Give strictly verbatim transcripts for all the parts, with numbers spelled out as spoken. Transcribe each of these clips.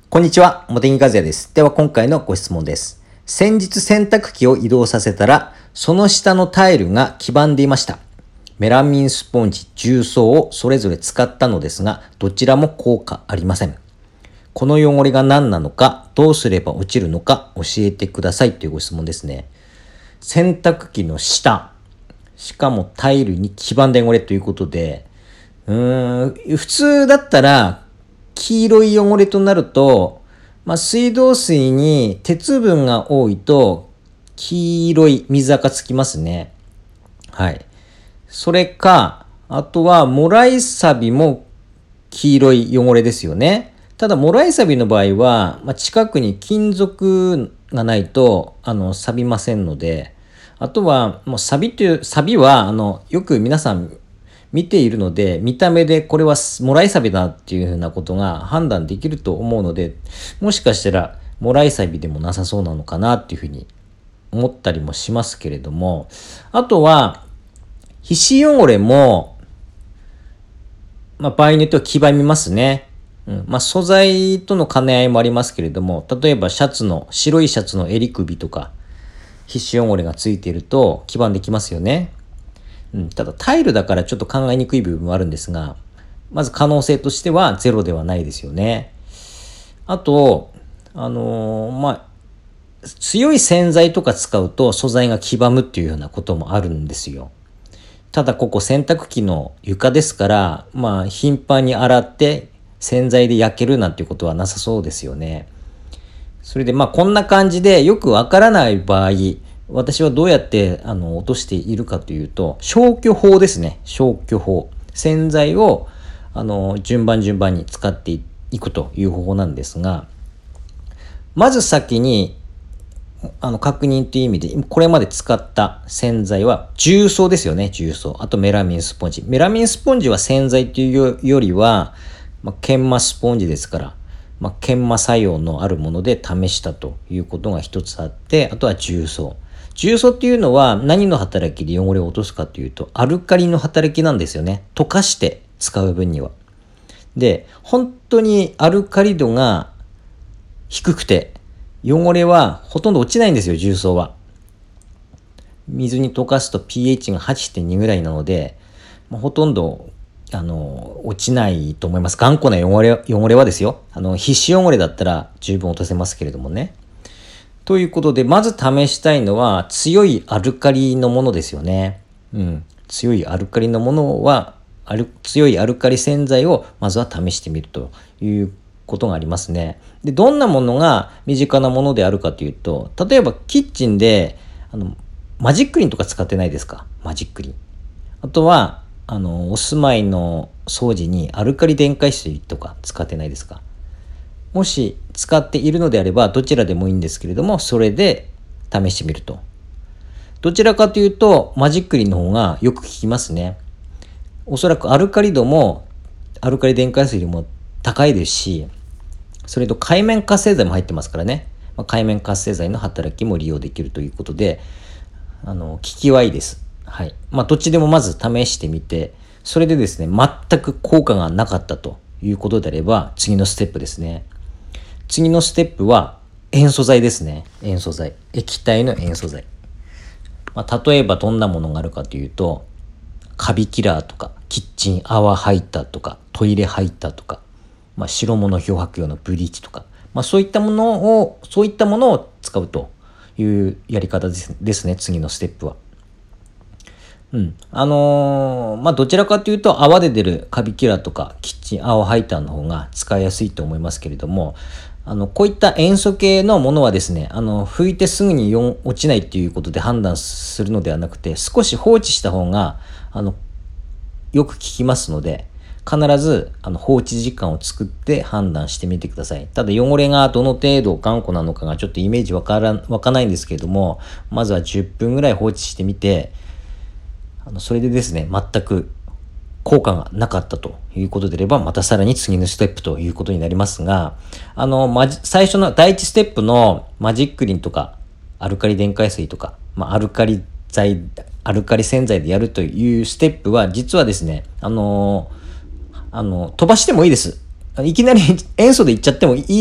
こんにちは、茂木和也です。では今回のご質問です。先日洗濯機を移動させたら、その下のタイルが黄ばんでいました。メラミンスポンジ、重曹をそれぞれ使ったのですが、どちらも効果ありません。この汚れが何なのか、どうすれば落ちるのか教えてくださいというご質問ですね。洗濯機の下、しかもタイルに黄ばんだ汚れということで、うーん、普通だったら黄色い汚れとなると、まあ、水道水に鉄分が多いと黄色い水垢つきますね。はい。それか、あとはもらいサビも黄色い汚れですよね。ただもらいサビの場合は、まあ、近くに金属がないとあの錆びませんので、あとはもう錆という錆はあのよく皆さん見ているので、見た目でこれはもらいサビだっていうふうなことが判断できると思うので、もしかしたらもらいサビでもなさそうなのかなっていうふうに思ったりもしますけれども、あとは皮脂汚れも、まあ、場合によっては黄ばみますね。うんまあ、素材との兼ね合いもありますけれども、例えばシャツの白いシャツの襟首とか皮脂汚れがついていると黄ばんできますよね。うん、ただタイルだからちょっと考えにくい部分もあるんですが、まず可能性としてはゼロではないですよね。あと、あのー、まあ、強い洗剤とか使うと素材が黄ばむっていうようなこともあるんですよ。ただここ洗濯機の床ですから、まあ頻繁に洗って洗剤で焼けるなんていうことはなさそうですよね。それでまあこんな感じでよくわからない場合、私はどうやってあの落としているかというと、消去法ですね。消去法。洗剤をあの順番順番に使っていくという方法なんですが、まず先にあの確認という意味で、これまで使った洗剤は重曹ですよね。重曹。あとメラミンスポンジ。メラミンスポンジは洗剤というよりは、まあ、研磨スポンジですから、まあ、研磨作用のあるもので試したということが一つあって、あとは重曹。重曹っていうのは何の働きで汚れを落とすかというと、アルカリの働きなんですよね。溶かして使う分には。で、本当にアルカリ度が低くて、汚れはほとんど落ちないんですよ、重曹は。水に溶かすと pH が はちてんに ぐらいなので、まあ、ほとんどあの落ちないと思います。頑固な汚れ汚れはですよ。あの皮脂汚れだったら十分落とせますけれどもね。ということで、まず試したいのは強いアルカリのものですよね。うん、強いアルカリのものはアル強いアルカリ洗剤をまずは試してみるということがありますね。で、どんなものが身近なものであるかというと、例えばキッチンであのマジックリンとか使ってないですか？マジックリン。あとはあのお住まいの掃除にアルカリ電解水とか使ってないですか？もし使っているのであればどちらでもいいんですけれども、それで試してみると。どちらかというとマジックリンの方がよく効きますね。おそらくアルカリ度もアルカリ電解水よりも高いですし、それと界面活性剤も入ってますからね。まあ、界面活性剤の働きも利用できるということで、あの効きはいいです。はい。まあどっちでもまず試してみて、それでですね、全く効果がなかったということであれば、次のステップですね。次のステップは塩素剤ですね。塩素剤。液体の塩素剤。まあ、例えばどんなものがあるかというと、カビキラーとか、キッチン泡ハイターとか、トイレハイターとか、まあ、白物漂白用のブリーチとか、まあ、そういったものを、そういったものを使うというやり方ですですね。次のステップは。うん。あのー、まあ、どちらかというと泡で出るカビキラーとか、キッチン泡ハイターの方が使いやすいと思いますけれども、あの、こういった塩素系のものはですね、あの、拭いてすぐに落ちないっていうことで判断するのではなくて、少し放置した方が、あの、よく効きますので、必ずあの放置時間を作って判断してみてください。ただ汚れがどの程度頑固なのかがちょっとイメージわからん、わかないんですけれども、まずはじゅっぷんぐらい放置してみて、あの、それでですね、全く効果がなかったということであれば、またさらに次のステップということになりますが、あの、まじ、最初の第一ステップのマジックリンとか、アルカリ電解水とか、まあ、アルカリ剤、アルカリ洗剤でやるというステップは、実はですね、あの、あの、飛ばしてもいいです。いきなり塩素でいっちゃってもいい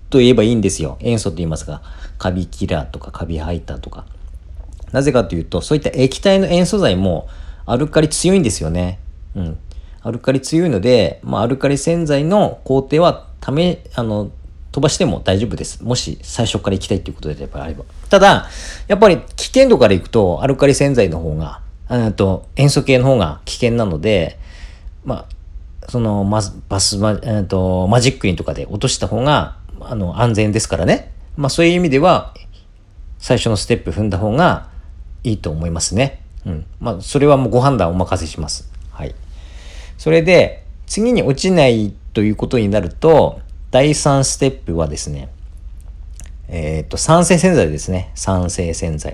と言えばいいんですよ。塩素と言いますが、カビキラーとかカビハイターとか。なぜかというと、そういった液体の塩素剤もアルカリ強いんですよね。うん。アルカリ強いので、まあ、アルカリ洗剤の工程はため、あの、飛ばしても大丈夫です。もし最初から行きたいということであれば。ただ、やっぱり危険度からいくと、アルカリ洗剤の方が、あと塩素系の方が危険なので、まあ、その、ま、バスマ、えっと、マジックインとかで落とした方が、あの、安全ですからね。まあ、そういう意味では、最初のステップ踏んだ方がいいと思いますね。うん。まあ、それはもうご判断お任せします。はい。それで、次に落ちないということになると、だいさんステップはですね、えっと、酸性洗剤ですね。酸性洗剤。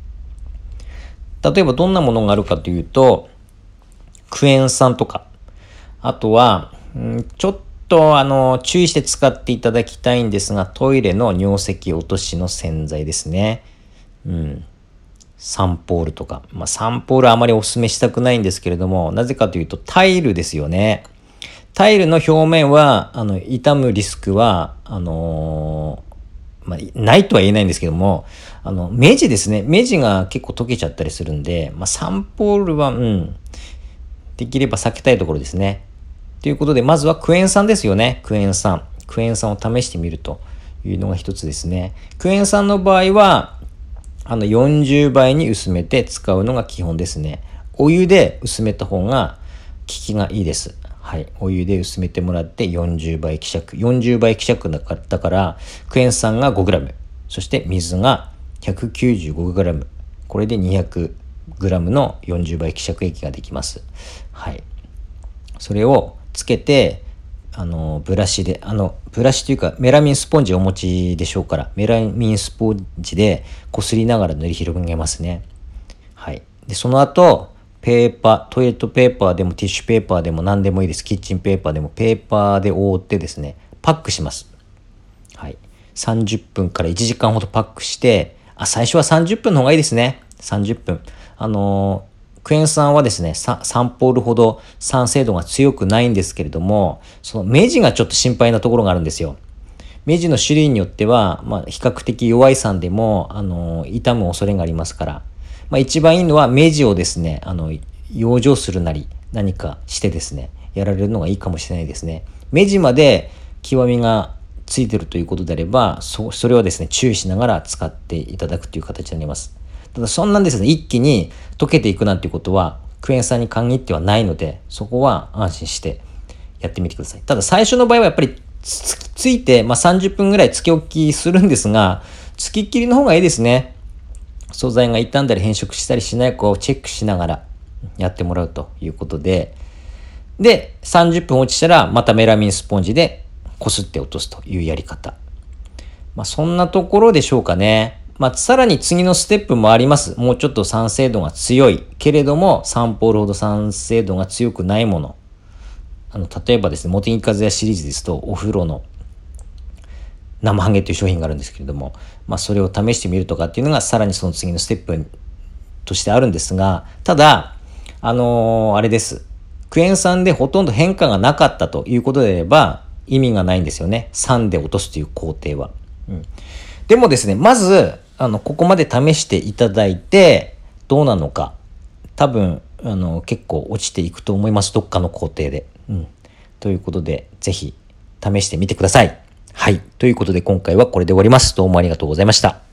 例えばどんなものがあるかというと、クエン酸とか、あとは、んちょっとあの注意して使っていただきたいんですが、トイレの尿石落としの洗剤ですね。うん。サンポールとか。まあ、サンポールはあまりお勧めしたくないんですけれども、なぜかというとタイルですよね。タイルの表面は、あの、傷むリスクは、あのー、まあ、ないとは言えないんですけども、あの、目地ですね。目地が結構溶けちゃったりするんで、まあ、サンポールは、うん、できれば避けたいところですね。ということで、まずはクエン酸ですよね。クエン酸。クエン酸を試してみるというのが一つですね。クエン酸の場合は、あの、よんじゅうばいに薄めて使うのが基本ですね。お湯で薄めた方が効きがいいです。はい。お湯で薄めてもらってよんじゅうばい希釈。よんじゅうばい希釈だから、クエン酸が ごグラム。そして水が ひゃくきゅうじゅうごグラム。これでにひゃくグラムのよんじゅうばい希釈液ができます。はい。それをつけて、あの、ブラシで、あの、ブラシというか、メラミンスポンジをお持ちでしょうから、メラミンスポンジでこすりながら塗り広げますね。はい。で、その後、ペーパー、トイレットペーパーでもティッシュペーパーでも何でもいいです。キッチンペーパーでもペーパーで覆ってですね、パックします。はい。さんじゅっぷんからいちじかんほどパックして、あ、最初はさんじゅっぷんの方がいいですね。さんじゅっぷん。あのー、クエン酸はですね、サンポールほど酸性度が強くないんですけれども、その目地がちょっと心配なところがあるんですよ。目地の種類によっては、まあ、比較的弱い酸でも、あのー、傷む恐れがありますから、まあ、一番いいのは目地をですね、あの、養生するなり何かしてですね、やられるのがいいかもしれないですね。目地まで極みがついてるということであれば、そ、それはですね、注意しながら使っていただくという形になります。ただそんなんですね、一気に溶けていくなんていうことは、クエン酸に限ってはないので、そこは安心してやってみてください。ただ最初の場合はやっぱりつ、ついて、まあ、さんじゅっぷんぐらいつけ置きするんですが、つきっきりの方がいいですね。素材が傷んだり変色したりしないかをチェックしながらやってもらうということで、で、さんじゅっぷん落ちたらまたメラミンスポンジでこすって落とすというやり方。まあそんなところでしょうかね。まあさらに次のステップもあります。もうちょっと酸性度が強いけれどもサンポールほど酸性度が強くないもの。あの例えばですね、モテニカズヤシリーズですとお風呂の生ハゲという商品があるんですけれども、まあそれを試してみるとかっていうのがさらにその次のステップとしてあるんですが、ただ、あのー、あれです。クエン酸でほとんど変化がなかったということであれば意味がないんですよね。酸で落とすという工程は。うん、でもですね、まず、あの、ここまで試していただいて、どうなのか。多分、あの、結構落ちていくと思います。どっかの工程で。うん。ということで、ぜひ試してみてください。はい。ということで今回はこれで終わります。どうもありがとうございました。